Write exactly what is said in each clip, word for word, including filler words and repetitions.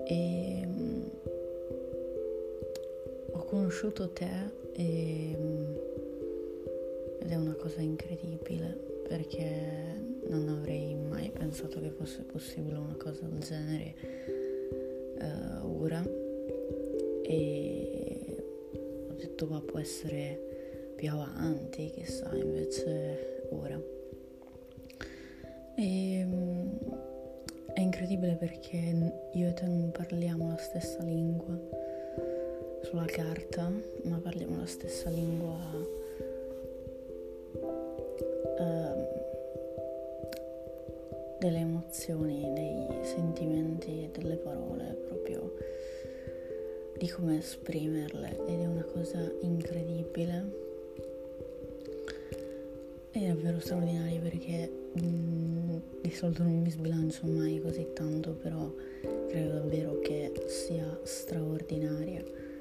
e um, ho conosciuto te e, um, ed è una cosa incredibile, perché non avrei mai pensato che fosse possibile una cosa del genere uh, ora, e ho detto va, può essere più avanti, chissà, invece ora. E um, è incredibile perché io e te non parliamo la stessa lingua sulla carta, ma parliamo la stessa lingua uh, delle emozioni, dei sentimenti e delle parole, proprio di come esprimerle, ed è una cosa incredibile. È davvero straordinario perché mh, di solito non mi sbilancio mai così tanto, però credo davvero che sia straordinaria.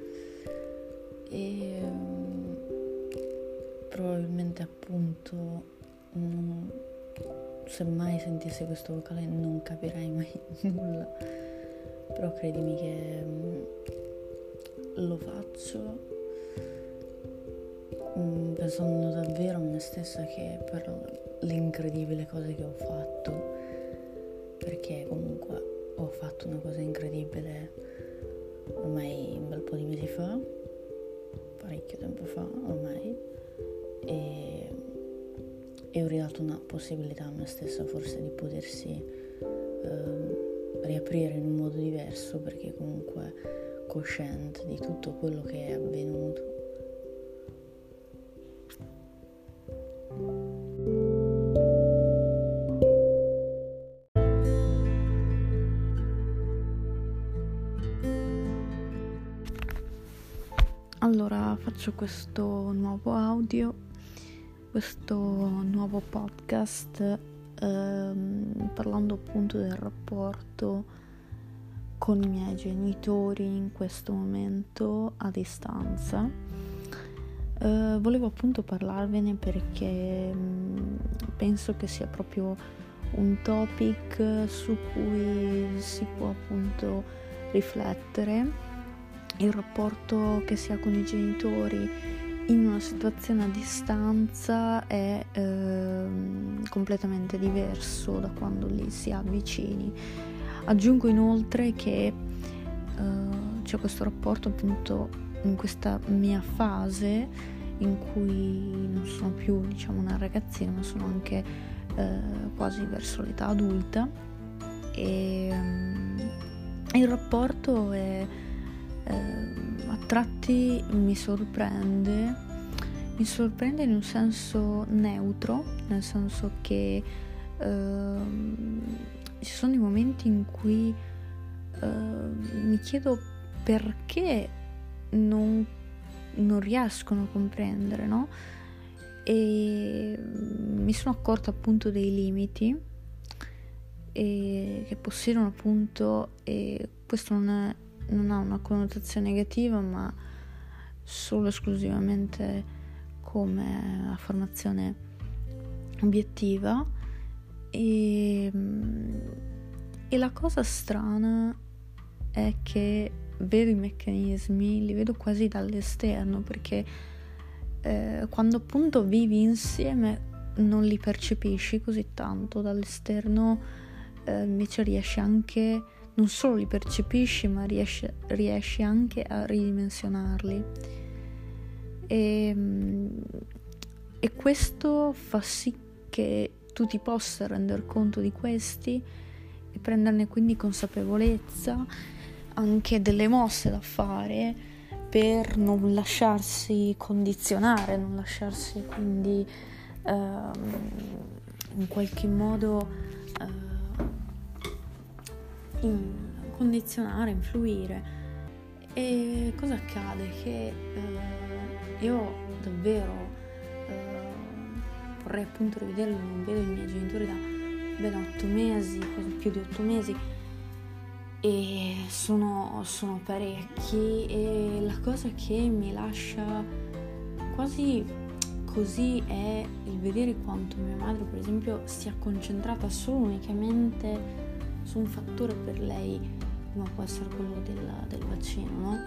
E um, probabilmente appunto um, se mai sentissi questo vocale non capirei mai nulla, però credimi che um, lo faccio pensando davvero a me stessa, che per le incredibili cose che ho fatto, perché comunque ho fatto una cosa incredibile ormai un bel po' di mesi fa, parecchio tempo fa ormai, e, e ho ridato una possibilità a me stessa forse di potersi ehm, riaprire in un modo diverso, perché comunque cosciente di tutto quello che è avvenuto. Allora faccio questo nuovo audio, questo nuovo podcast ehm, parlando appunto del rapporto con i miei genitori in questo momento a distanza. Eh, volevo appunto parlarvene perché mh, penso che sia proprio un topic su cui si può appunto riflettere. Il rapporto che si ha con i genitori in una situazione a distanza è eh, completamente diverso da quando li si ha vicini. Aggiungo inoltre che eh, c'è questo rapporto appunto in questa mia fase in cui non sono più, diciamo, una ragazzina, ma sono anche eh, quasi verso l'età adulta, e um, il rapporto è Uh, a tratti mi sorprende, mi sorprende in un senso neutro, nel senso che uh, ci sono i momenti in cui uh, mi chiedo perché non, non riescono a comprendere, no? E mi sono accorta appunto dei limiti e che possiedono appunto, e questo non è non ha una connotazione negativa, ma solo esclusivamente come affermazione obiettiva. E, e la cosa strana è che vedo i meccanismi, li vedo quasi dall'esterno, perché eh, quando appunto vivi insieme non li percepisci così tanto dall'esterno, eh, invece riesci anche, non solo li percepisci, ma riesci, riesci anche a ridimensionarli. E, e questo fa sì che tu ti possa rendere conto di questi e prenderne quindi consapevolezza, anche delle mosse da fare per non lasciarsi condizionare, non lasciarsi quindi ehm, in qualche modo eh, in, condizionare, influire. E cosa accade? Che eh, io davvero eh, vorrei appunto rivederli, non vedo i miei genitori da ben otto mesi, quasi più di otto mesi, e sono, sono parecchi, e la cosa che mi lascia quasi così è il vedere quanto mia madre, per esempio, sia concentrata solo unicamente su un fattore per lei come può essere quello del, del vaccino, no?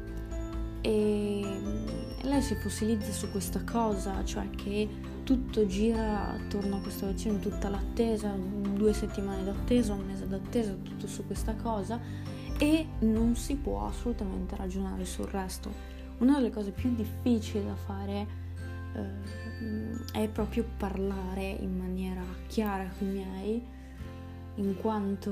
E lei si fossilizza su questa cosa, cioè che tutto gira attorno a questo vaccino, tutta l'attesa, due settimane d'attesa, un mese d'attesa, tutto su questa cosa, e non si può assolutamente ragionare sul resto. Una delle cose più difficili da fare eh, è proprio parlare in maniera chiara con i miei, in quanto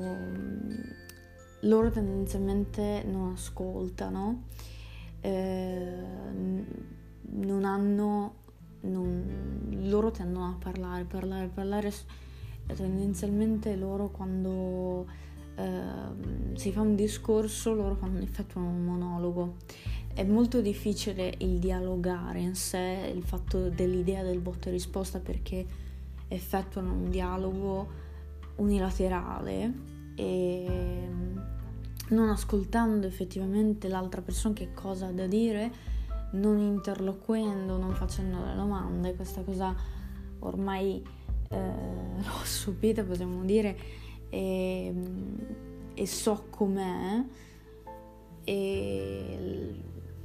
loro tendenzialmente non ascoltano, eh, non hanno, non, loro tendono a parlare, parlare, parlare, tendenzialmente loro quando eh, si fa un discorso, loro fanno, effettuano un monologo. È molto difficile il dialogare in sé, il fatto dell'idea del botta e risposta, perché effettuano un dialogo unilaterale e non ascoltando effettivamente l'altra persona che cosa ha da dire, non interloquendo, non facendo le domande. Questa cosa ormai eh, l'ho subita, possiamo dire, e, e so com'è, e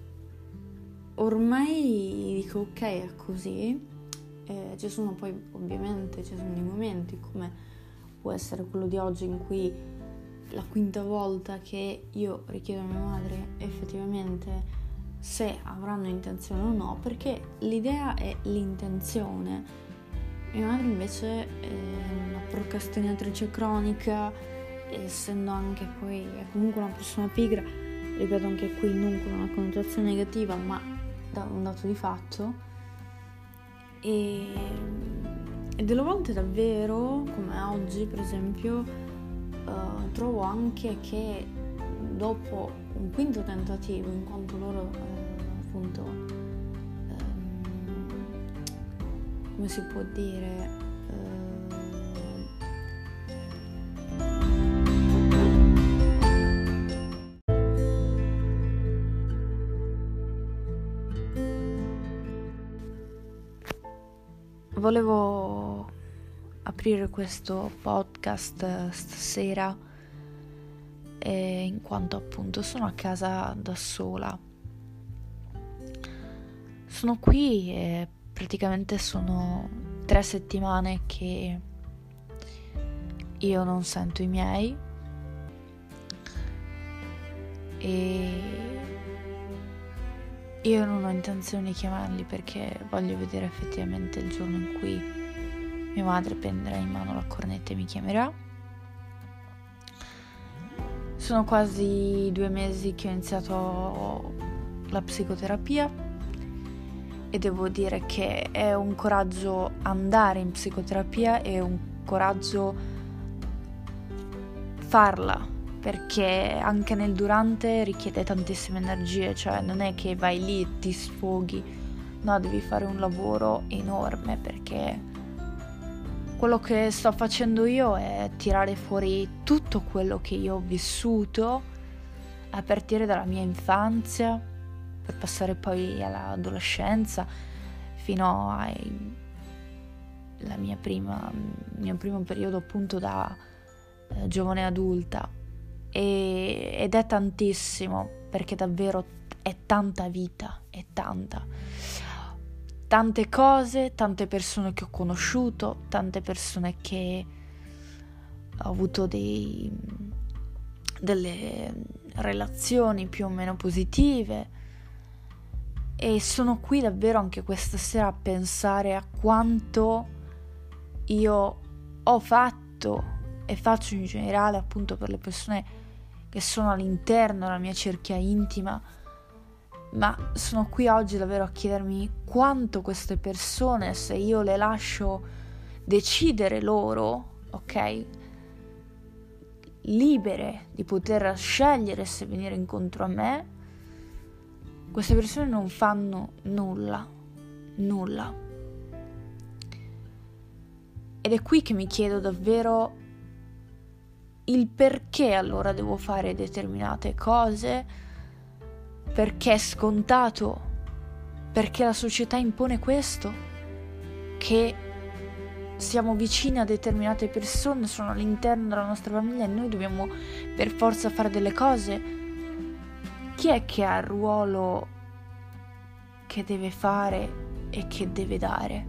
ormai dico ok, è così. Eh, ci sono poi ovviamente ci sono dei momenti, come può essere quello di oggi, in cui la quinta volta che io richiedo a mia madre effettivamente se avranno intenzione o no, perché l'idea è l'intenzione. Mia madre invece è una procrastinatrice cronica, essendo anche poi è comunque una persona pigra, ripeto anche qui non con una connotazione negativa, ma da un dato di fatto. E, e delle volte davvero, come oggi per esempio, uh, trovo anche che dopo un quinto tentativo, in quanto loro uh, appunto um, come si può dire uh, volevo aprire questo podcast stasera eh, in quanto appunto sono a casa da sola. Sono qui e praticamente sono tre settimane che io non sento i miei e io non ho intenzione di chiamarli, perché voglio vedere effettivamente il giorno in cui mia madre prenderà in mano la cornetta e mi chiamerà. Sono quasi due mesi che ho iniziato la psicoterapia e devo dire che è un coraggio andare in psicoterapia, è un coraggio farla, perché anche nel durante richiede tantissime energie, cioè non è che vai lì e ti sfoghi, no, devi fare un lavoro enorme, perché quello che sto facendo io è tirare fuori tutto quello che io ho vissuto a partire dalla mia infanzia, per passare poi all'adolescenza, fino ai la mia prima mio primo periodo appunto da eh, giovane adulta. E, ed è tantissimo, perché davvero è tanta vita, è tanta tante cose, tante persone che ho conosciuto, tante persone che ho avuto dei delle relazioni più o meno positive, e sono qui davvero anche questa sera a pensare a quanto io ho fatto e faccio in generale appunto per le persone che sono all'interno della mia cerchia intima, ma sono qui oggi davvero a chiedermi quanto queste persone, se io le lascio decidere loro, ok, libere di poter scegliere se venire incontro a me, queste persone non fanno nulla, nulla. Ed è qui che mi chiedo davvero il perché allora devo fare determinate cose, perché è scontato, perché la società impone questo, che siamo vicini a determinate persone, sono all'interno della nostra famiglia e noi dobbiamo per forza fare delle cose, chi è che ha il ruolo che deve fare e che deve dare?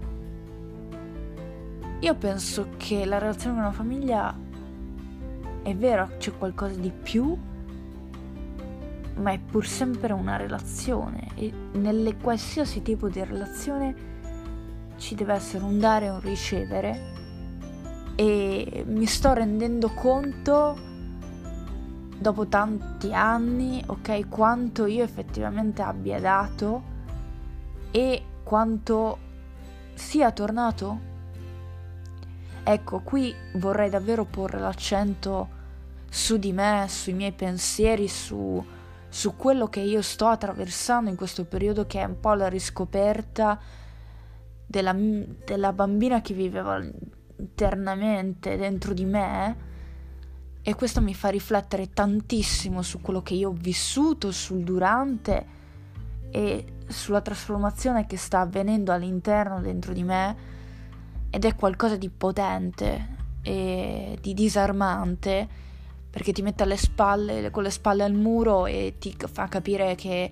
Io penso che la relazione con una famiglia, è vero, c'è qualcosa di più, ma è pur sempre una relazione, e nelle qualsiasi tipo di relazione ci deve essere un dare e un ricevere, e mi sto rendendo conto dopo tanti anni, ok, quanto io effettivamente abbia dato e quanto sia tornato. Ecco, qui vorrei davvero porre l'accento su di me, sui miei pensieri, su, su quello che io sto attraversando in questo periodo, che è un po' la riscoperta della, della bambina che viveva internamente dentro di me, e questo mi fa riflettere tantissimo su quello che io ho vissuto, sul durante e sulla trasformazione che sta avvenendo all'interno dentro di me, ed è qualcosa di potente e di disarmante, perché ti mette alle spalle, con le spalle al muro, e ti fa capire che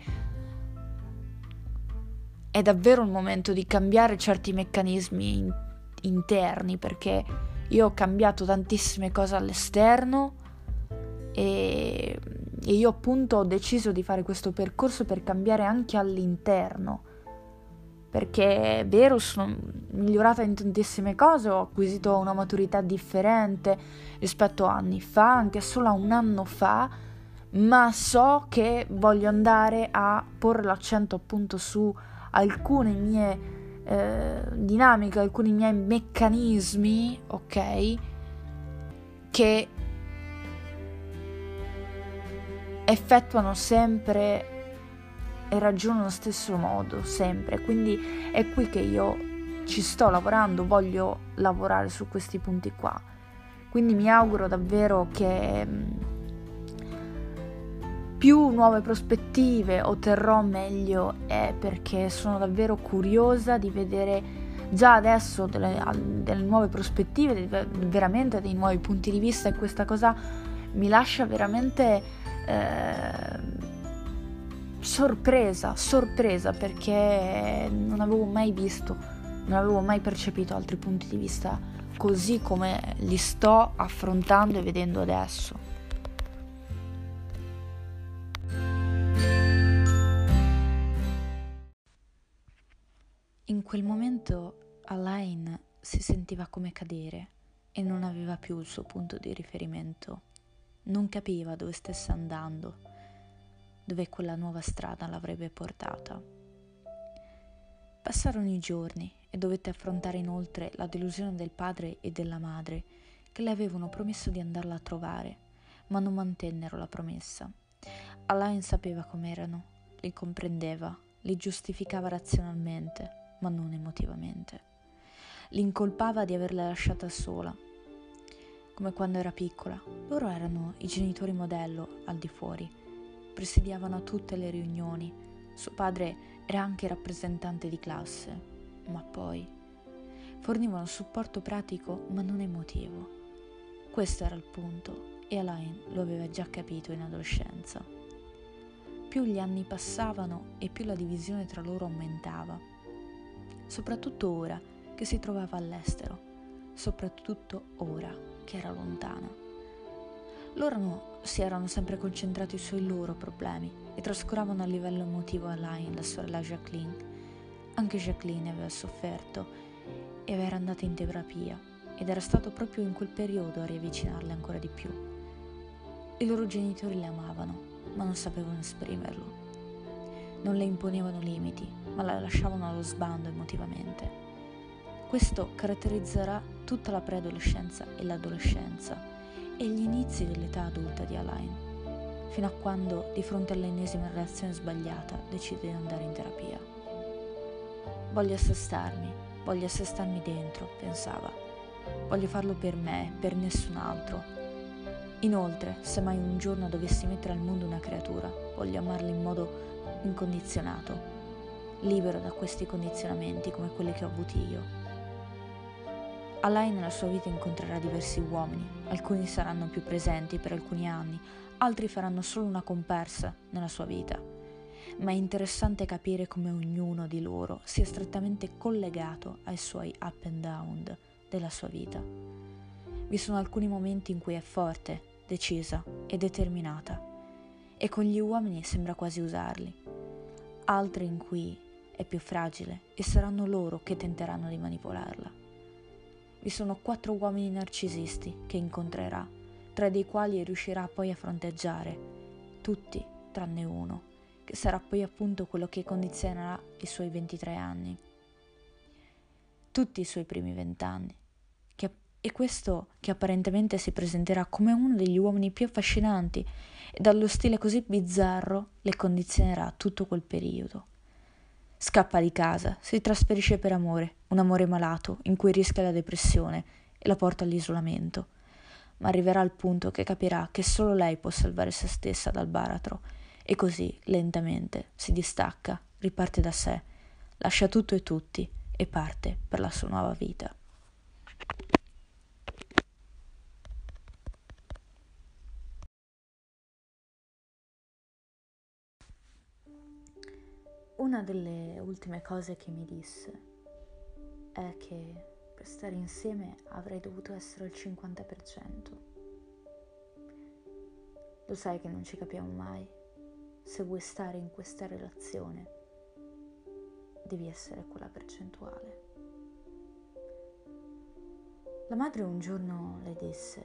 è davvero il momento di cambiare certi meccanismi in- interni, perché io ho cambiato tantissime cose all'esterno e, e io appunto ho deciso di fare questo percorso per cambiare anche all'interno, perché è vero, sono migliorata in tantissime cose, ho acquisito una maturità differente rispetto a anni fa, anche solo a un anno fa, ma so che voglio andare a porre l'accento appunto su alcune mie eh, dinamiche, alcuni miei meccanismi, ok, che effettuano sempre e ragionano allo stesso modo, sempre. Quindi è qui che io ci sto lavorando, voglio lavorare su questi punti qua. Quindi mi auguro davvero che più nuove prospettive otterrò, meglio è, perché sono davvero curiosa di vedere già adesso delle, delle nuove prospettive, veramente dei nuovi punti di vista, e questa cosa mi lascia veramente eh, sorpresa, sorpresa, perché non avevo mai visto, non avevo mai percepito altri punti di vista così come li sto affrontando e vedendo adesso. In quel momento Alain si sentiva come cadere e non aveva più il suo punto di riferimento. Non capiva dove stesse andando, dove quella nuova strada l'avrebbe portata. Passarono i giorni e dovette affrontare inoltre la delusione del padre e della madre, che le avevano promesso di andarla a trovare, ma non mantennero la promessa. Alain sapeva com'erano, li comprendeva, li giustificava razionalmente, ma non emotivamente. L'incolpava di averla lasciata sola, come quando era piccola. Loro erano i genitori modello al di fuori, presidiavano a tutte le riunioni, suo padre era anche rappresentante di classe, ma poi fornivano supporto pratico ma non emotivo. Questo era il punto, e Alain lo aveva già capito in adolescenza. Più gli anni passavano e più la divisione tra loro aumentava, soprattutto ora che si trovava all'estero, soprattutto ora che era lontana. Loro no, si erano sempre concentrati sui loro problemi e trascuravano a livello emotivo Alain, la sorella Jacqueline. Anche Jacqueline aveva sofferto e era andata in terapia, ed era stato proprio in quel periodo a riavvicinarle ancora di più. I loro genitori le amavano, ma non sapevano esprimerlo. Non le imponevano limiti, ma la lasciavano allo sbando emotivamente. Questo caratterizzerà tutta la preadolescenza e l'adolescenza e gli inizi dell'età adulta di Alain, fino a quando, di fronte all'ennesima reazione sbagliata, decide di andare in terapia. Voglio assestarmi, voglio assestarmi dentro, pensava. Voglio farlo per me, per nessun altro. Inoltre, se mai un giorno dovessi mettere al mondo una creatura, voglio amarla in modo incondizionato, libero da questi condizionamenti come quelli che ho avuti io. Alain nella sua vita incontrerà diversi uomini, alcuni saranno più presenti per alcuni anni, altri faranno solo una comparsa nella sua vita, ma è interessante capire come ognuno di loro sia strettamente collegato ai suoi up and down della sua vita. Vi sono alcuni momenti in cui è forte, decisa e determinata, e con gli uomini sembra quasi usarli, altri in cui è più fragile e saranno loro che tenteranno di manipolarla. Vi sono quattro uomini narcisisti che incontrerà, tre dei quali riuscirà poi a fronteggiare, tutti tranne uno, che sarà poi appunto quello che condizionerà i suoi ventitré anni, tutti i suoi primi vent'anni, che, e questo che apparentemente si presenterà come uno degli uomini più affascinanti e dallo stile così bizzarro le condizionerà tutto quel periodo. Scappa di casa, si trasferisce per amore, un amore malato in cui rischia la depressione e la porta all'isolamento, ma arriverà al punto che capirà che solo lei può salvare se stessa dal baratro e così, lentamente, si distacca, riparte da sé, lascia tutto e tutti e parte per la sua nuova vita. Una delle ultime cose che mi disse è che per stare insieme avrei dovuto essere al cinquanta per cento. Lo sai che non ci capiamo mai. Se vuoi stare in questa relazione, devi essere quella percentuale. La madre un giorno le disse: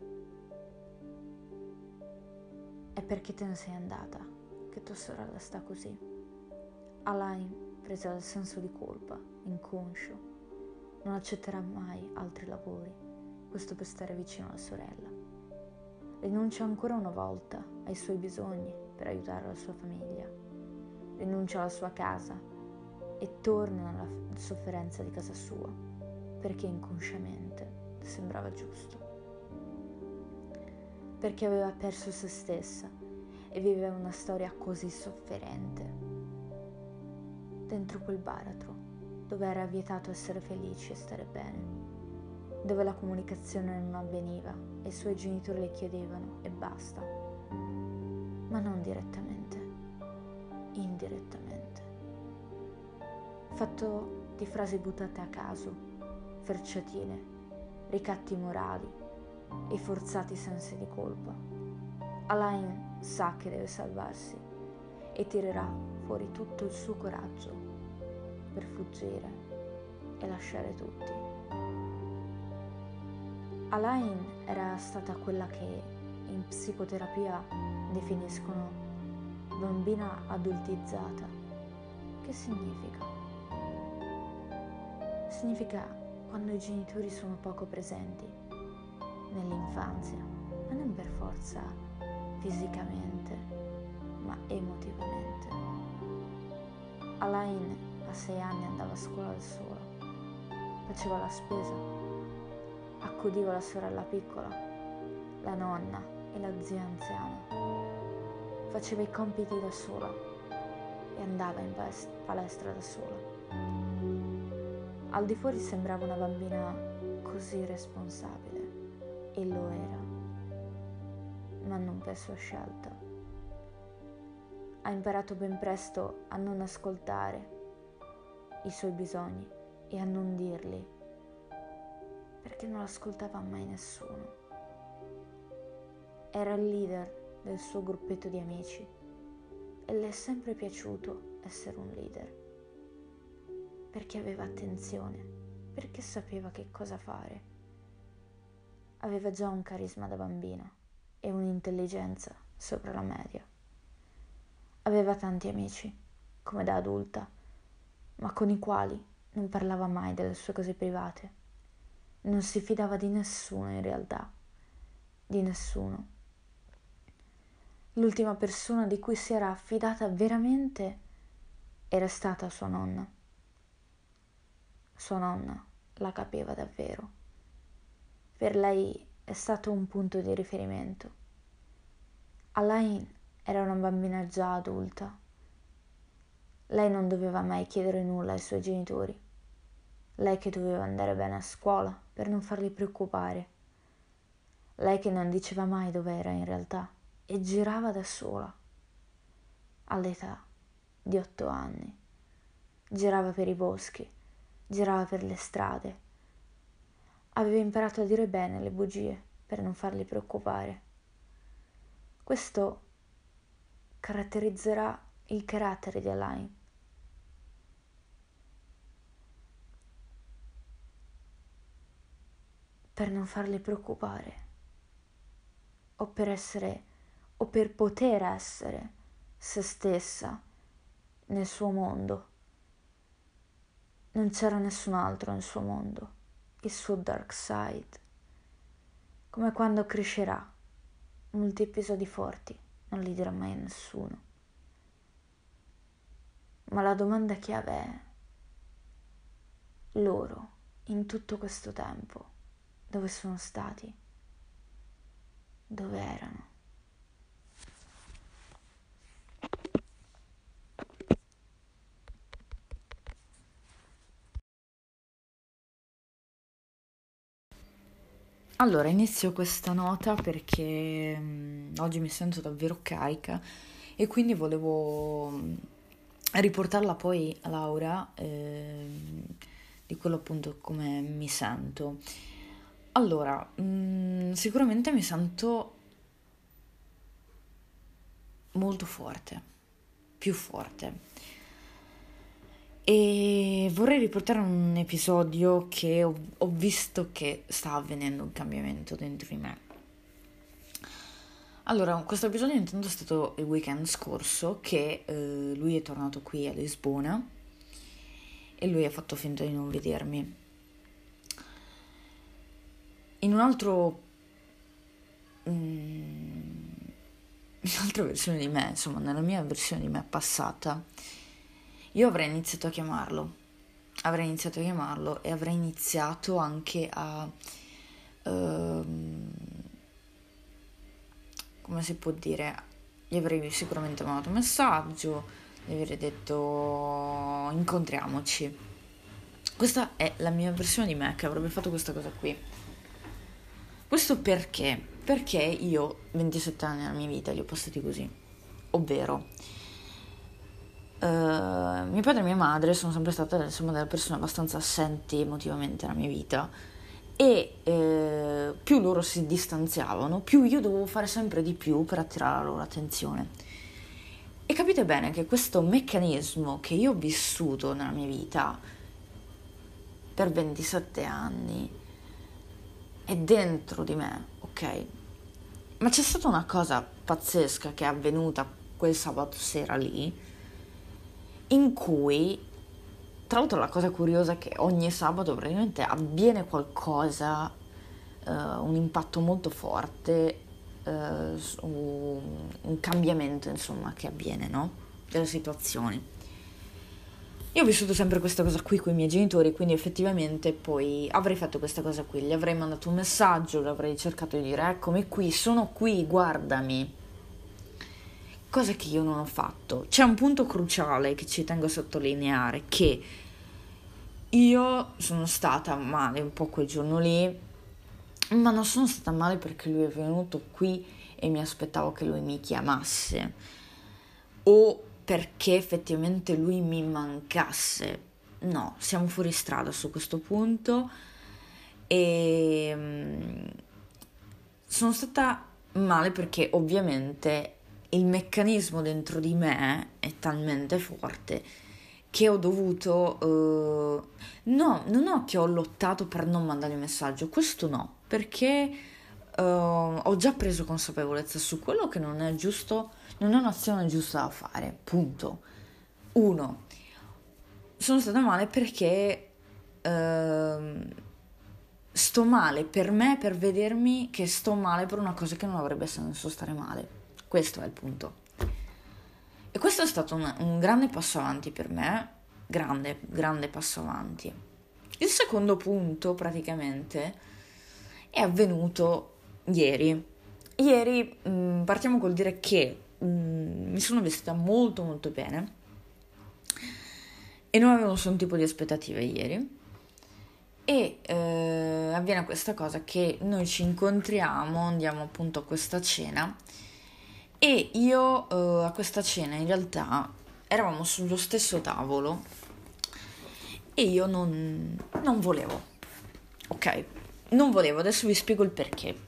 è perché te ne sei andata che tua sorella sta così. Alain, presa dal senso di colpa, inconscio, non accetterà mai altri lavori, questo per stare vicino alla sorella. Rinuncia ancora una volta ai suoi bisogni per aiutare la sua famiglia, rinuncia alla sua casa e torna alla sofferenza di casa sua, perché inconsciamente sembrava giusto. Perché aveva perso se stessa e viveva una storia così sofferente dentro quel baratro, dove era vietato essere felici e stare bene, dove la comunicazione non avveniva e i suoi genitori le chiedevano e basta, ma non direttamente, indirettamente. Fatto di frasi buttate a caso, ferciatine, ricatti morali e forzati sensi di colpa. Alain sa che deve salvarsi e tirerà fuori tutto il suo coraggio per fuggire e lasciare tutti. Alain era stata quella che in psicoterapia definiscono bambina adultizzata. Che significa? Significa quando i genitori sono poco presenti nell'infanzia, ma non per forza fisicamente, ma emotivamente. Alain a sei anni andava a scuola da sola, faceva la spesa, accudiva la sorella piccola, la nonna e la zia anziana, faceva i compiti da sola e andava in palestra da sola. Al di fuori sembrava una bambina così responsabile, e lo era, ma non per sua scelta. Ha imparato ben presto a non ascoltare i suoi bisogni e a non dirli, perché non ascoltava mai nessuno. Era il leader del suo gruppetto di amici e le è sempre piaciuto essere un leader, perché aveva attenzione, perché sapeva che cosa fare. Aveva già un carisma da bambina e un'intelligenza sopra la media. Aveva tanti amici, come da adulta, ma con i quali non parlava mai delle sue cose private. Non si fidava di nessuno in realtà, di nessuno. L'ultima persona di cui si era affidata veramente era stata sua nonna. Sua nonna la capiva davvero. Per lei è stato un punto di riferimento. Alain era una bambina già adulta. Lei non doveva mai chiedere nulla ai suoi genitori. Lei che doveva andare bene a scuola, per non farli preoccupare. Lei che non diceva mai dov'era in realtà e girava da sola, all'età di otto anni. Girava per i boschi, girava per le strade. Aveva imparato a dire bene le bugie per non farli preoccupare. Questo caratterizzerà il carattere di Elaine. Per non farli preoccupare, o per essere, o per poter essere se stessa nel suo mondo. Non c'era nessun altro nel suo mondo, il suo dark side. Come quando crescerà, molti episodi forti non li dirà mai a nessuno. Ma la domanda chiave è: loro, in tutto questo tempo, dove sono stati? Dove erano? Allora, inizio questa nota perché mh, oggi mi sento davvero carica e quindi volevo mh, riportarla poi a Laura ehm, di quello appunto come mi sento. Allora, mh, sicuramente mi sento molto forte, più forte. E vorrei riportare un episodio che ho, ho visto che sta avvenendo un cambiamento dentro di me. Allora, questo episodio intanto è stato il weekend scorso che eh, lui è tornato qui a Lisbona e lui ha fatto finta di non vedermi. In un altro... Mm, in un'altra versione di me, insomma, nella mia versione di me passata, io avrei iniziato a chiamarlo, avrei iniziato a chiamarlo e avrei iniziato anche a, ehm, come si può dire, gli avrei sicuramente mandato un messaggio, gli avrei detto incontriamoci. Questa è la mia versione di me che avrebbe fatto questa cosa qui. Questo perché? Perché io ventisette anni nella mia vita li ho passati così, ovvero Uh, mio padre e mia madre sono sempre state insomma delle persone abbastanza assenti emotivamente nella mia vita e eh, più loro si distanziavano, più io dovevo fare sempre di più per attirare la loro attenzione. E capite bene che questo meccanismo che io ho vissuto nella mia vita per ventisette anni è dentro di me, ok? Ma c'è stata una cosa pazzesca che è avvenuta quel sabato sera lì, in cui, tra l'altro la cosa curiosa è che ogni sabato praticamente avviene qualcosa, uh, un impatto molto forte, uh, su un cambiamento insomma che avviene, no? Delle situazioni. Io ho vissuto sempre questa cosa qui con i miei genitori, quindi effettivamente poi avrei fatto questa cosa qui, gli avrei mandato un messaggio, gli avrei cercato di dire eccomi qui, sono qui, guardami. Cosa che io non ho fatto. C'è un punto cruciale che ci tengo a sottolineare, che io sono stata male un po' quel giorno lì, ma non sono stata male perché lui è venuto qui e mi aspettavo che lui mi chiamasse o perché effettivamente lui mi mancasse. No, siamo fuori strada su questo punto e mm, sono stata male perché ovviamente il meccanismo dentro di me è talmente forte che ho dovuto uh, no, non ho che ho lottato per non mandare il messaggio, questo no, perché uh, ho già preso consapevolezza su quello che non è giusto, non è un'azione giusta da fare, punto. Uno, sono stata male perché uh, sto male per me, per vedermi che sto male per una cosa che non avrebbe senso stare male. Questo è il punto. E questo è stato un, un grande passo avanti per me, grande, grande passo avanti. Il secondo punto, praticamente, è avvenuto ieri. Ieri mh, partiamo col dire che mh, mi sono vestita molto molto bene e non avevo nessun tipo di aspettative ieri. E eh, avviene questa cosa che noi ci incontriamo, andiamo appunto a questa cena e io eh, a questa cena in realtà eravamo sullo stesso tavolo e io non, non volevo, ok? Non volevo, adesso vi spiego il perché.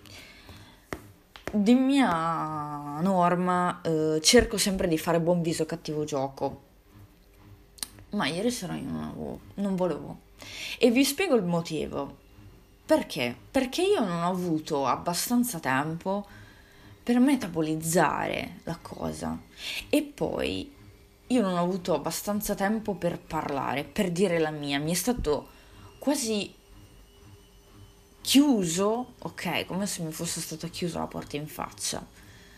Di mia norma eh, cerco sempre di fare buon viso cattivo gioco, ma ieri sera io non, avevo, non volevo. E vi spiego il motivo. Perché? Perché io non ho avuto abbastanza tempo per metabolizzare la cosa. E poi io non ho avuto abbastanza tempo per parlare, per dire la mia. Mi è stato quasi chiuso, ok, come se mi fosse stata chiusa la porta in faccia.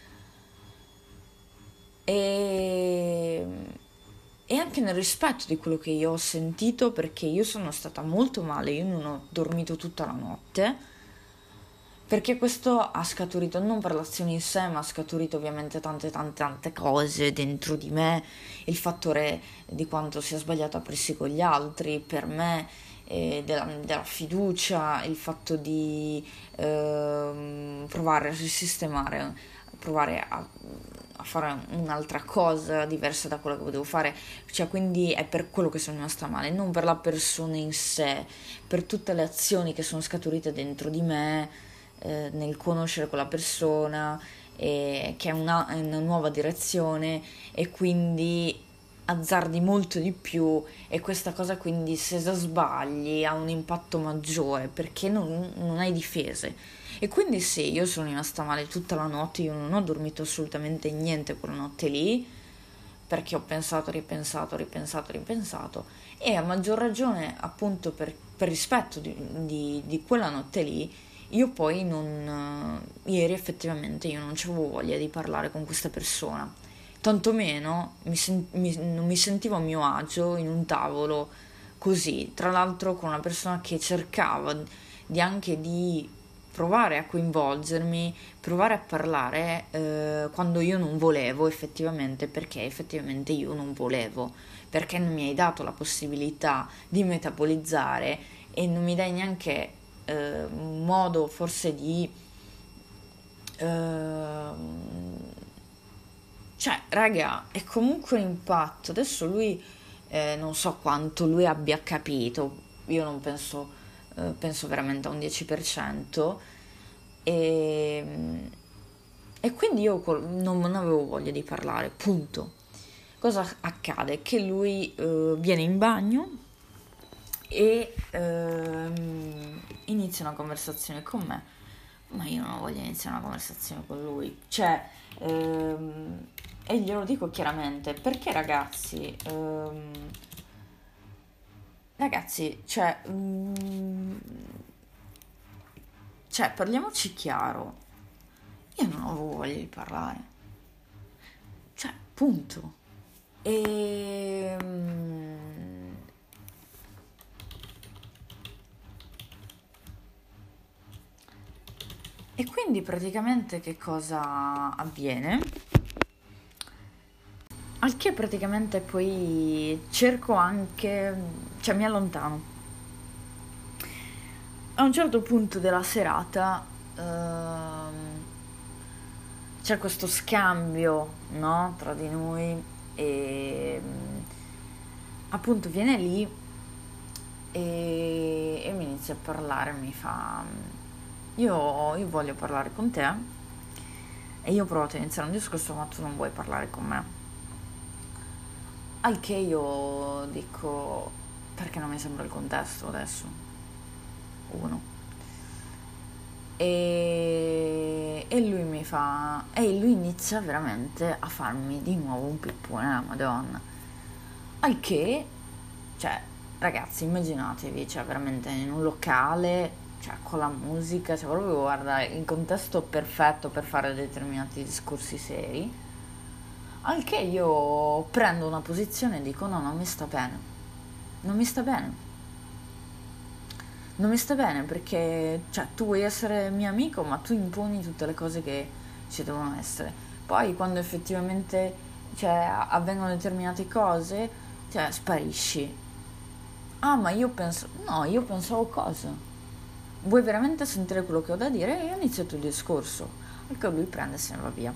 E... e anche nel rispetto di quello che io ho sentito, perché io sono stata molto male, io non ho dormito tutta la notte, perché questo ha scaturito non per l'azione in sé, ma ha scaturito ovviamente tante tante tante cose dentro di me, il fattore di quanto sia sbagliato aprirsi con gli altri, per me, eh, della, della fiducia, il fatto di eh, provare a risistemare, provare a, a fare un'altra cosa diversa da quello che potevo fare, cioè quindi è per quello che sono rimasta male, non per la persona in sé, per tutte le azioni che sono scaturite dentro di me eh, nel conoscere quella persona, eh, che è una, è una nuova direzione e quindi azzardi molto di più e questa cosa quindi se sbagli ha un impatto maggiore perché non, non hai difese. E quindi sì, io sono rimasta male tutta la notte, io non ho dormito assolutamente niente quella notte lì, perché ho pensato, ripensato, ripensato, ripensato, e a maggior ragione appunto per, per rispetto di, di, di quella notte lì, io poi non... ieri effettivamente io non avevo voglia di parlare con questa persona, tantomeno mi sen- mi, non mi sentivo a mio agio in un tavolo così, tra l'altro con una persona che cercava di anche di provare a coinvolgermi, provare a parlare eh, quando io non volevo effettivamente, perché effettivamente io non volevo, perché non mi hai dato la possibilità di metabolizzare e non mi dai neanche eh, un modo forse di... Eh, cioè, raga, è comunque un impatto. Adesso lui, eh, non so quanto lui abbia capito, io non penso, eh, penso veramente a un dieci per cento. E, e quindi io col- non, non avevo voglia di parlare, punto. Cosa accade? Che lui eh, viene in bagno e ehm, inizia una conversazione con me, ma io non ho voglia di iniziare una conversazione con lui. Cioè, ehm, e glielo dico chiaramente, perché ragazzi, ehm, ragazzi, cioè, mm, cioè, parliamoci chiaro, io non avevo voglia di parlare, cioè, punto. E... mm, e quindi praticamente che cosa avviene? Al che praticamente poi cerco anche, cioè mi allontano. A un certo punto della serata ehm, c'è questo scambio, no, tra di noi e mm, appunto viene lì e, e mi inizia a parlare, mi fa io, io voglio parlare con te e io ho provato a iniziare un discorso ma tu non vuoi parlare con me. Al che io dico, perché non mi sembra il contesto adesso? Uno. E, e lui mi fa, e lui inizia veramente a farmi di nuovo un pippone alla Madonna. Al che, cioè, ragazzi, immaginatevi, cioè, veramente in un locale, cioè, con la musica, cioè, proprio, guarda, il contesto perfetto per fare determinati discorsi seri. Al che io prendo una posizione e dico no, non mi sta bene, non mi sta bene, non mi sta bene perché cioè, tu vuoi essere mio amico ma tu imponi tutte le cose che ci devono essere. Poi quando effettivamente cioè, avvengono determinate cose, cioè, sparisci. ah, ma io penso, no, io pensavo cosa? Vuoi veramente sentire quello che ho da dire? E io ho iniziato il discorso, al che lui prende e se ne va via.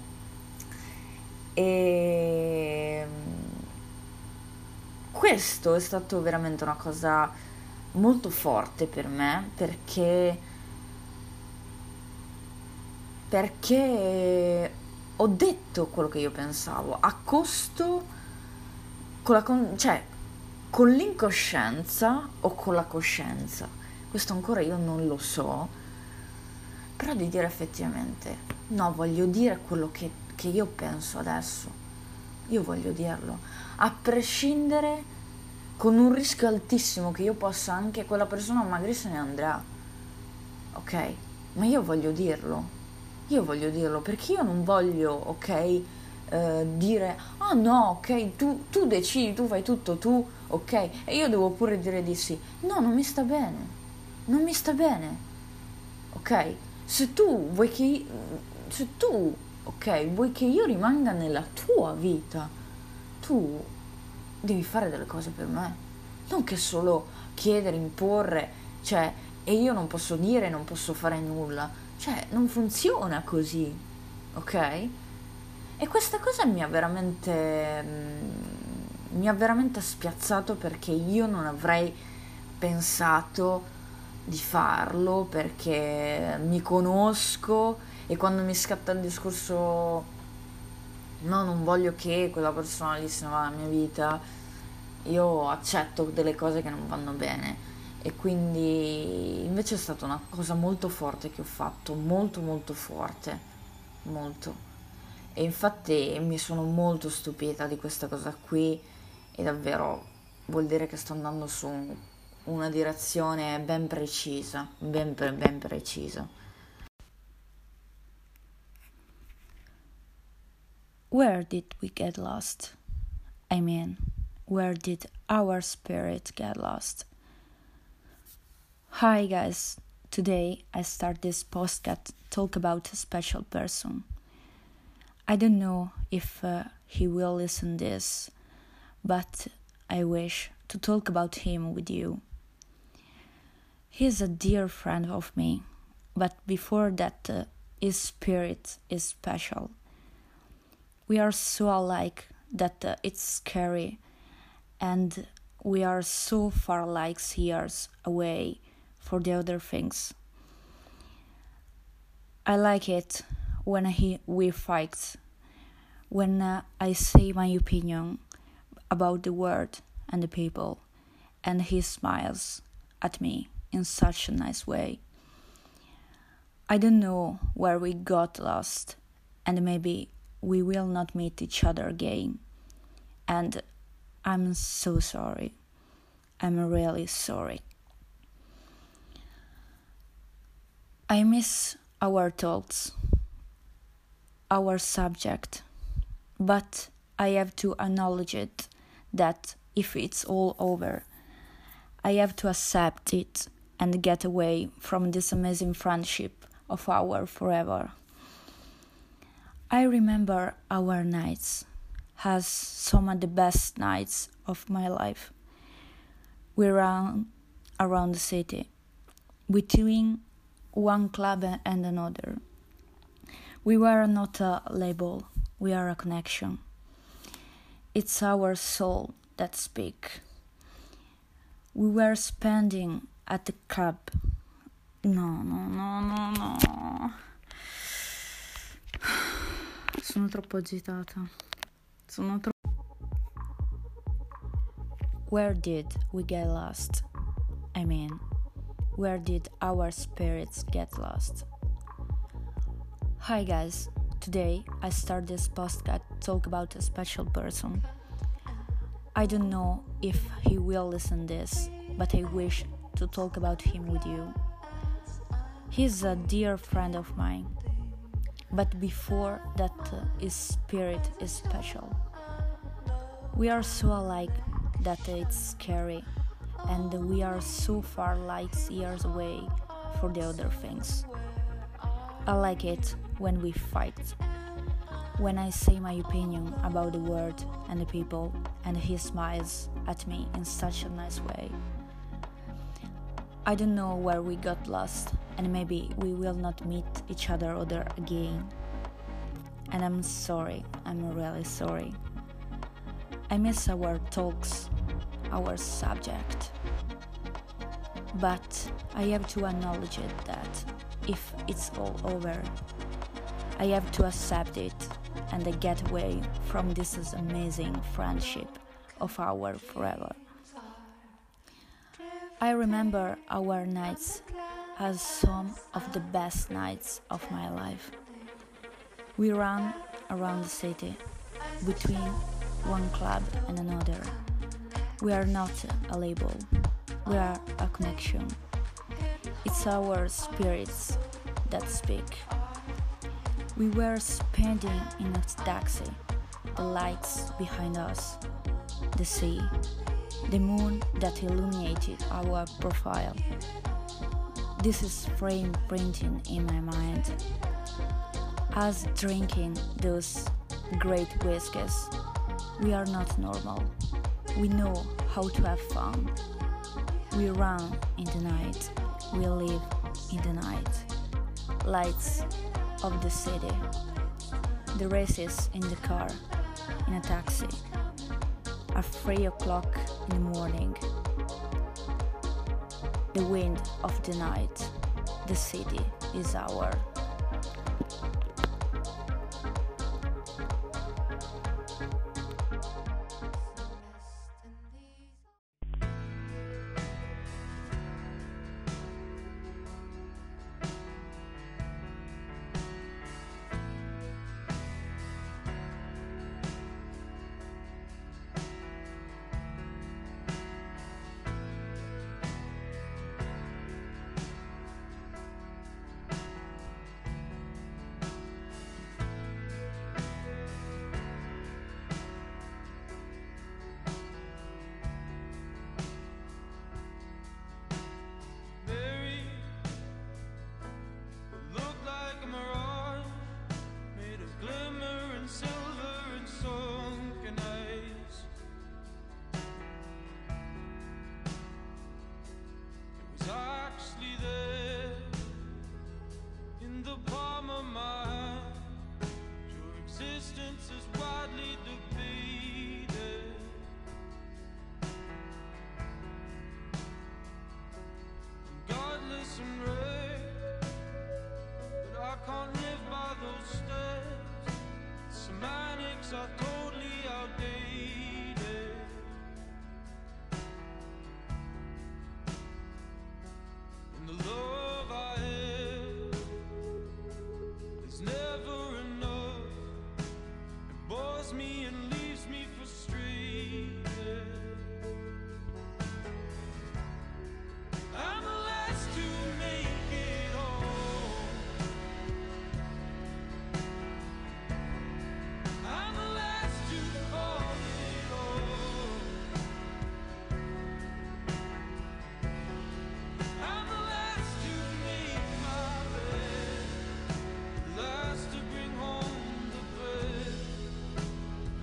E questo è stato veramente una cosa molto forte per me, perché perché ho detto quello che io pensavo a costo con la con- cioè con l'incoscienza o con la coscienza, questo ancora io non lo so, però di dire effettivamente no, voglio dire quello che, che io penso adesso, io voglio dirlo a prescindere, con un rischio altissimo che io possa anche, quella persona magari se ne andrà, ok, ma io voglio dirlo, io voglio dirlo perché io non voglio, ok, eh, dire ah no, ok, tu, tu decidi, tu fai tutto tu, ok, e io devo pure dire di sì. No, non mi sta bene, non mi sta bene, ok, se tu vuoi che se tu, ok, vuoi che io rimanga nella tua vita, tu devi fare delle cose per me, non che solo chiedere, imporre, cioè, e io non posso dire, non posso fare nulla, cioè, non funziona così, ok? E questa cosa mi ha veramente, mm, mi ha veramente spiazzato, perché io non avrei pensato di farlo, perché mi conosco e quando mi scatta il discorso no, non voglio che quella persona lì se ne va dalla mia vita, io accetto delle cose che non vanno bene, e quindi invece è stata una cosa molto forte che ho fatto, molto molto forte, molto. E infatti mi sono molto stupita di questa cosa qui, e davvero vuol dire che sto andando su una direzione ben precisa, ben, pre- ben precisa. Where did we get lost? I mean, where did our spirit get lost? Hi guys, today I start this podcast talk about a special person. I don't know if uh, he will listen this, but I wish to talk about him with you. He is a dear friend of me, but before that, uh, his spirit is special. We are so alike that uh, it's scary, and we are so far like years away for the other things. I like it when he, we fight, when uh, I say my opinion about the world and the people, and he smiles at me in such a nice way. I don't know where we got lost, and maybe we will not meet each other again. And I'm so sorry. I'm really sorry. I miss our talks, our subject, but I have to acknowledge it that if it's all over, I have to accept it and get away from this amazing friendship of ours forever. I remember our nights as some of the best nights of my life. We ran around the city, between one club and another. We were not a label, we are a connection. It's our soul that speaks. We were spending at the club. No, no, no, no, no. Sono troppo agitata. Sono troppo... Where did we get lost? I mean, where did our spirits get lost? Hi guys, today I start this podcast talk about a special person. I don't know if he will listen this, but I wish to talk about him with you. He's a dear friend of mine, but before that uh, his spirit is special. We are so alike that it's scary, and we are so far light years away for the other things. I like it when we fight, when I say my opinion about the world and the people, and he smiles at me in such a nice way. I don't know where we got lost, and maybe we will not meet each other other again. And I'm sorry, I'm really sorry. I miss our talks, our subject. But I have to acknowledge it that if it's all over, I have to accept it and get away from this amazing friendship of our forever. I remember our nights as some of the best nights of my life. We ran around the city, between one club and another. We are not a label, we are a connection. It's our spirits that speak. We were spending in a taxi, the lights behind us, the sea, the moon that illuminated our profile. This is frame printing in my mind. Us drinking those great whiskies. We are not normal. We know how to have fun. We run in the night. We live in the night. Lights of the city. The races in the car, in a taxi. At three o'clock in the morning. The wind of the night. The city is ours. are totally outdated. And the love I have is never enough. It bores me and leaves me frustrated. I'm the last to make it home. I'm the last to call it home. I'm the last to make my bed, the last to bring home the bread.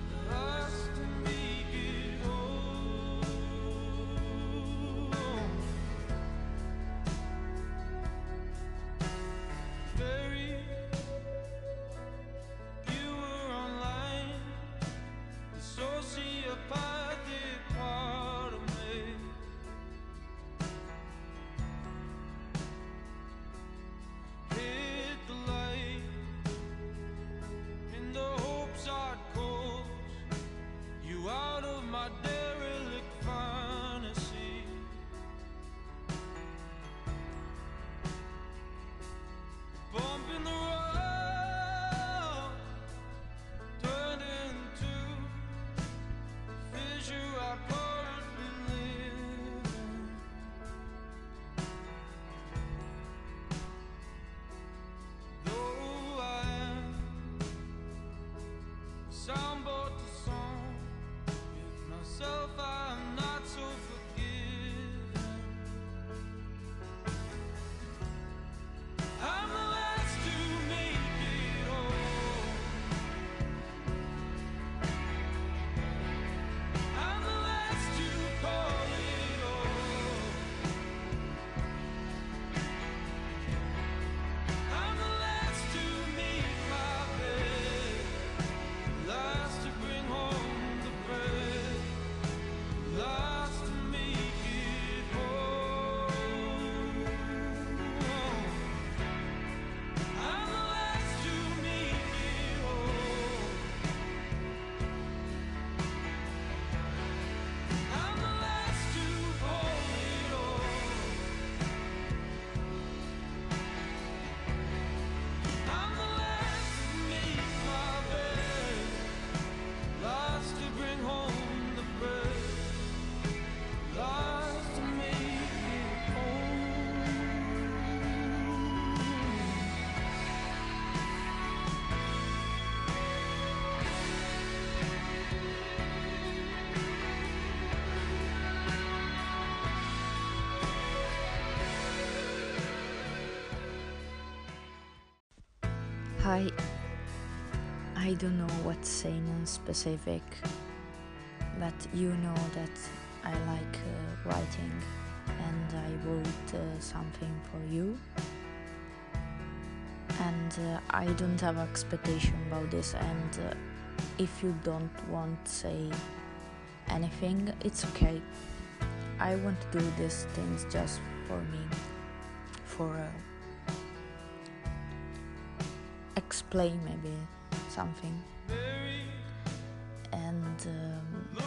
I I don't know what to say in specific, but you know that I like uh, writing, and I wrote uh, something for you, and uh, I don't have expectation about this, and uh, if you don't want to say anything, it's okay. I want to do these things just for me, for uh, explain maybe something, and um,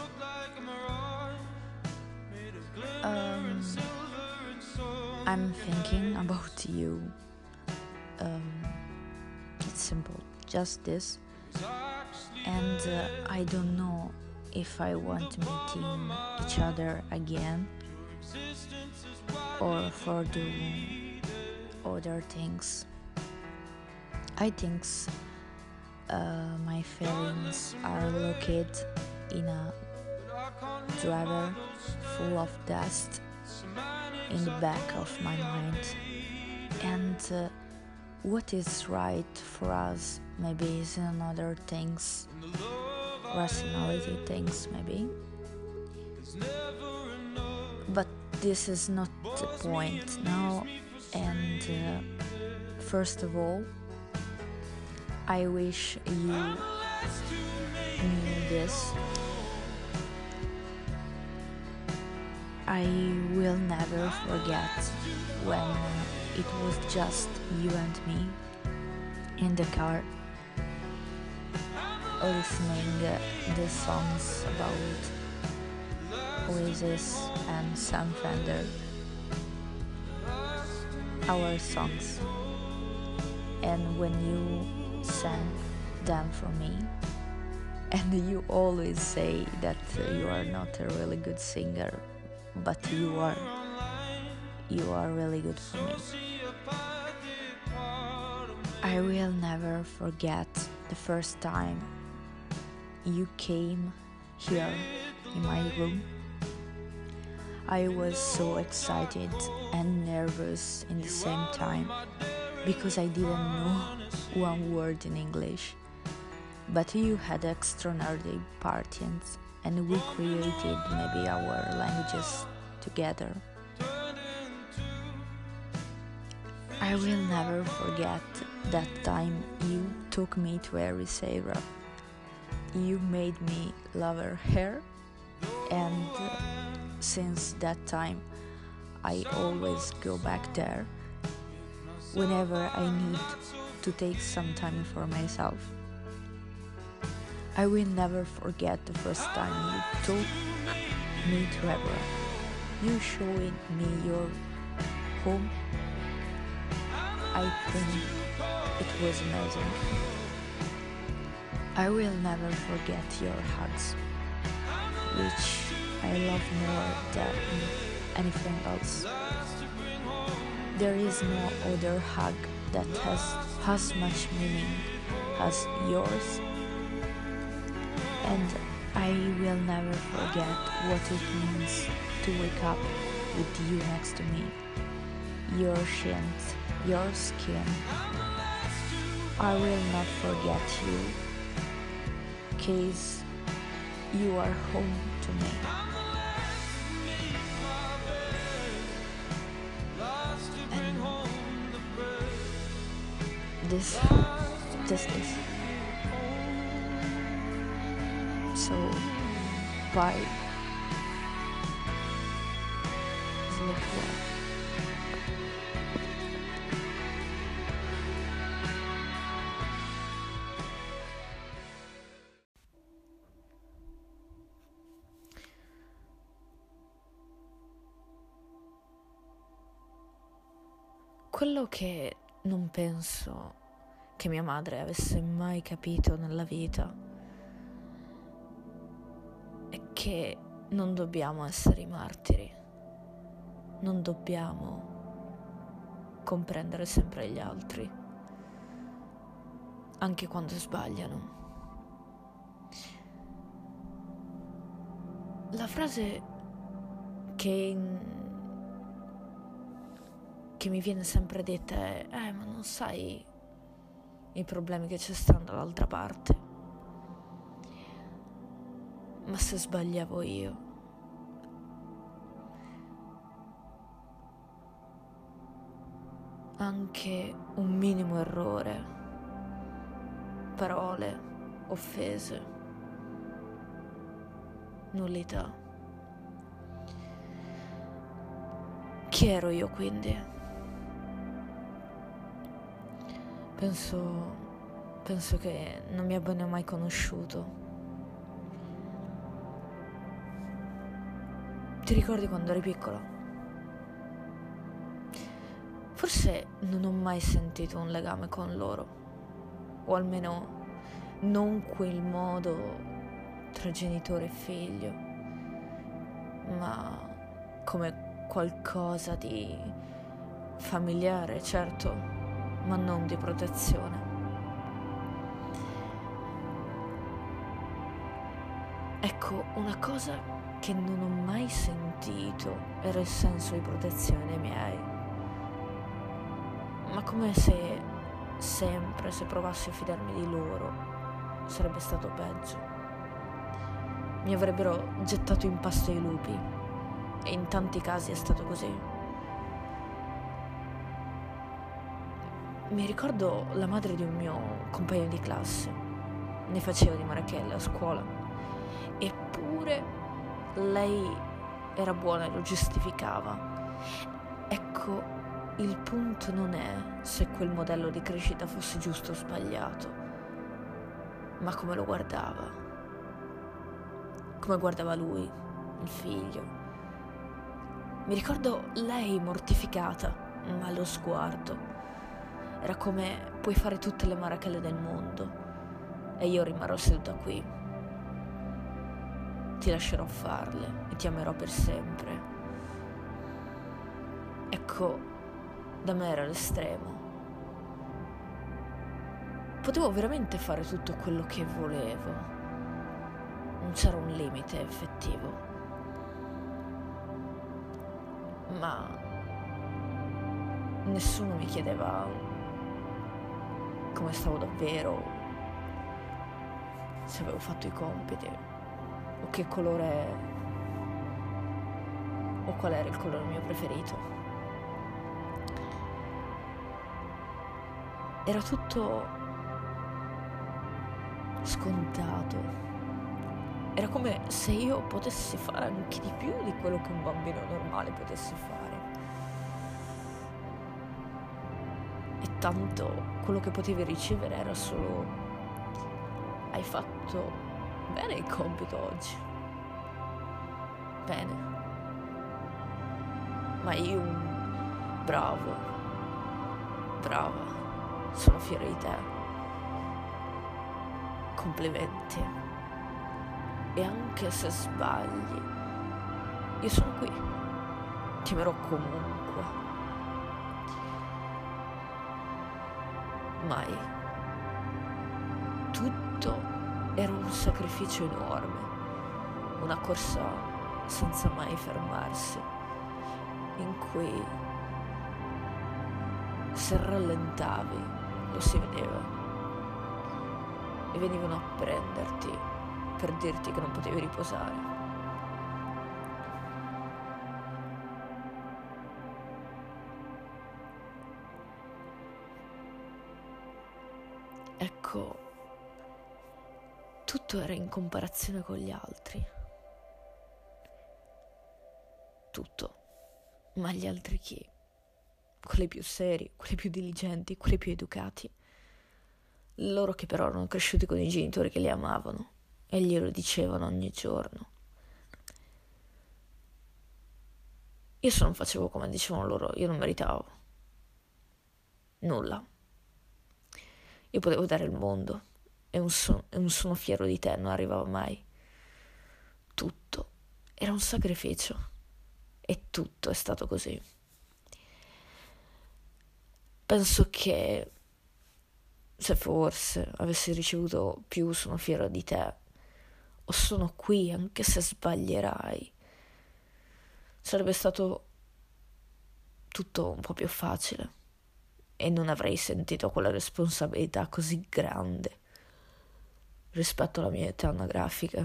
um, I'm thinking about you. Um, it's simple, just this, and uh, I don't know if I want meeting each other again or for do other things. I think uh, my feelings are located in a drawer full of dust in the back of my mind, and uh, what is right for us maybe is another things, rationality things maybe, but this is not the point now. And uh, first of all, I wish you knew this. I will never forget when it was just you and me in the car, listening uh, the songs about Oasis and Sam Fender, our songs, and when you sang them for me, and you always say that you are not a really good singer, but you are you are really good for me. I will never forget the first time you came here in my room. I was so excited and nervous in the same time because I didn't know one word in English. But you had extraordinary parties, and we created maybe our languages together. I will never forget that time you took me to Ericeira. You made me love her hair, and since that time I always go back there whenever I need to take some time for myself. I will never forget the first time you took me to Hebron. You showed me your home. I think it was amazing. I will never forget your hugs, which I love more than anything else. There is no other hug that has as much meaning as yours, and I will never forget what it means to wake up with you next to me. Your shins, your skin. I will not forget you, cause you are home to me. And this, this is so bye. Sleep well. Quello che non penso che mia madre avesse mai capito nella vita è che non dobbiamo essere i martiri, non dobbiamo comprendere sempre gli altri, anche quando sbagliano. La frase che in che mi viene sempre detta è eh ma non sai i problemi che ci stanno dall'altra parte. Ma se sbagliavo io, anche un minimo errore, parole, offese, nullità. Chi ero io quindi? Penso, penso che non mi abbiano mai conosciuto. Ti ricordi quando eri piccola? Forse non ho mai sentito un legame con loro, o almeno non quel modo tra genitore e figlio, ma come qualcosa di familiare, certo, ma non di protezione. Ecco, una cosa che non ho mai sentito era il senso di protezione dei miei, ma come se sempre, se provassi a fidarmi di loro, sarebbe stato peggio. Mi avrebbero gettato in pasto ai lupi, e in tanti casi è stato così. Mi ricordo la madre di un mio compagno di classe, ne faceva di marachelle a scuola, eppure lei era buona e lo giustificava. Ecco, il punto non è se quel modello di crescita fosse giusto o sbagliato, ma come lo guardava, come guardava lui, il figlio. Mi ricordo lei mortificata, ma lo sguardo era come: puoi fare tutte le marachelle del mondo e io rimarrò seduta qui. Ti lascerò farle e ti amerò per sempre. Ecco, da me era l'estremo. Potevo veramente fare tutto quello che volevo. Non c'era un limite effettivo. Ma nessuno mi chiedeva come stavo davvero, se avevo fatto i compiti, o che colore, o qual era il colore mio preferito. Era tutto scontato. Era come se io potessi fare anche di più di quello che un bambino normale potesse fare. E tanto quello che potevi ricevere era solo: hai fatto bene il compito oggi. Bene. Ma io un bravo, brava, sono fiera di te. Complimenti. E anche se sbagli, io sono qui. Ti amerò comunque. Mai. Tutto era un sacrificio enorme, una corsa senza mai fermarsi, in cui se rallentavi lo si vedeva e venivano a prenderti per dirti che non potevi riposare. Ecco, tutto era in comparazione con gli altri. Tutto. Ma gli altri chi? Quelli più seri, quelli più diligenti, quelli più educati. Loro che però erano cresciuti con i genitori che li amavano e glielo dicevano ogni giorno. Io se non facevo come dicevano loro, io non meritavo nulla. Io potevo dare il mondo e un, son- e un sono fiero di te non arrivava mai. Tutto era un sacrificio e tutto è stato così. Penso che se forse avessi ricevuto più sono fiero di te o sono qui anche se sbaglierai, sarebbe stato tutto un po' più facile e non avrei sentito quella responsabilità così grande rispetto alla mia età anagrafica.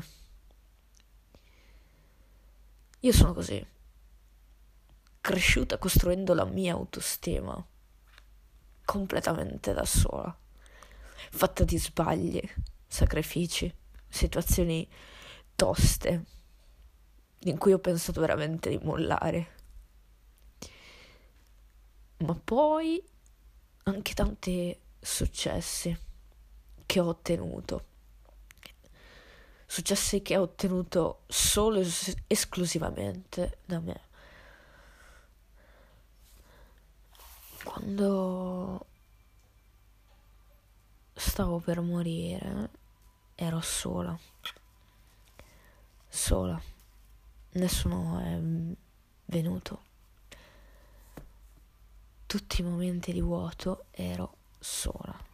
Io sono così, cresciuta costruendo la mia autostima completamente da sola, fatta di sbagli, sacrifici, situazioni toste in cui ho pensato veramente di mollare, ma poi anche tanti successi che ho ottenuto, successi che ho ottenuto solo es- esclusivamente da me. Quando stavo per morire ero sola, sola, nessuno è venuto. Tutti i momenti di vuoto ero sola.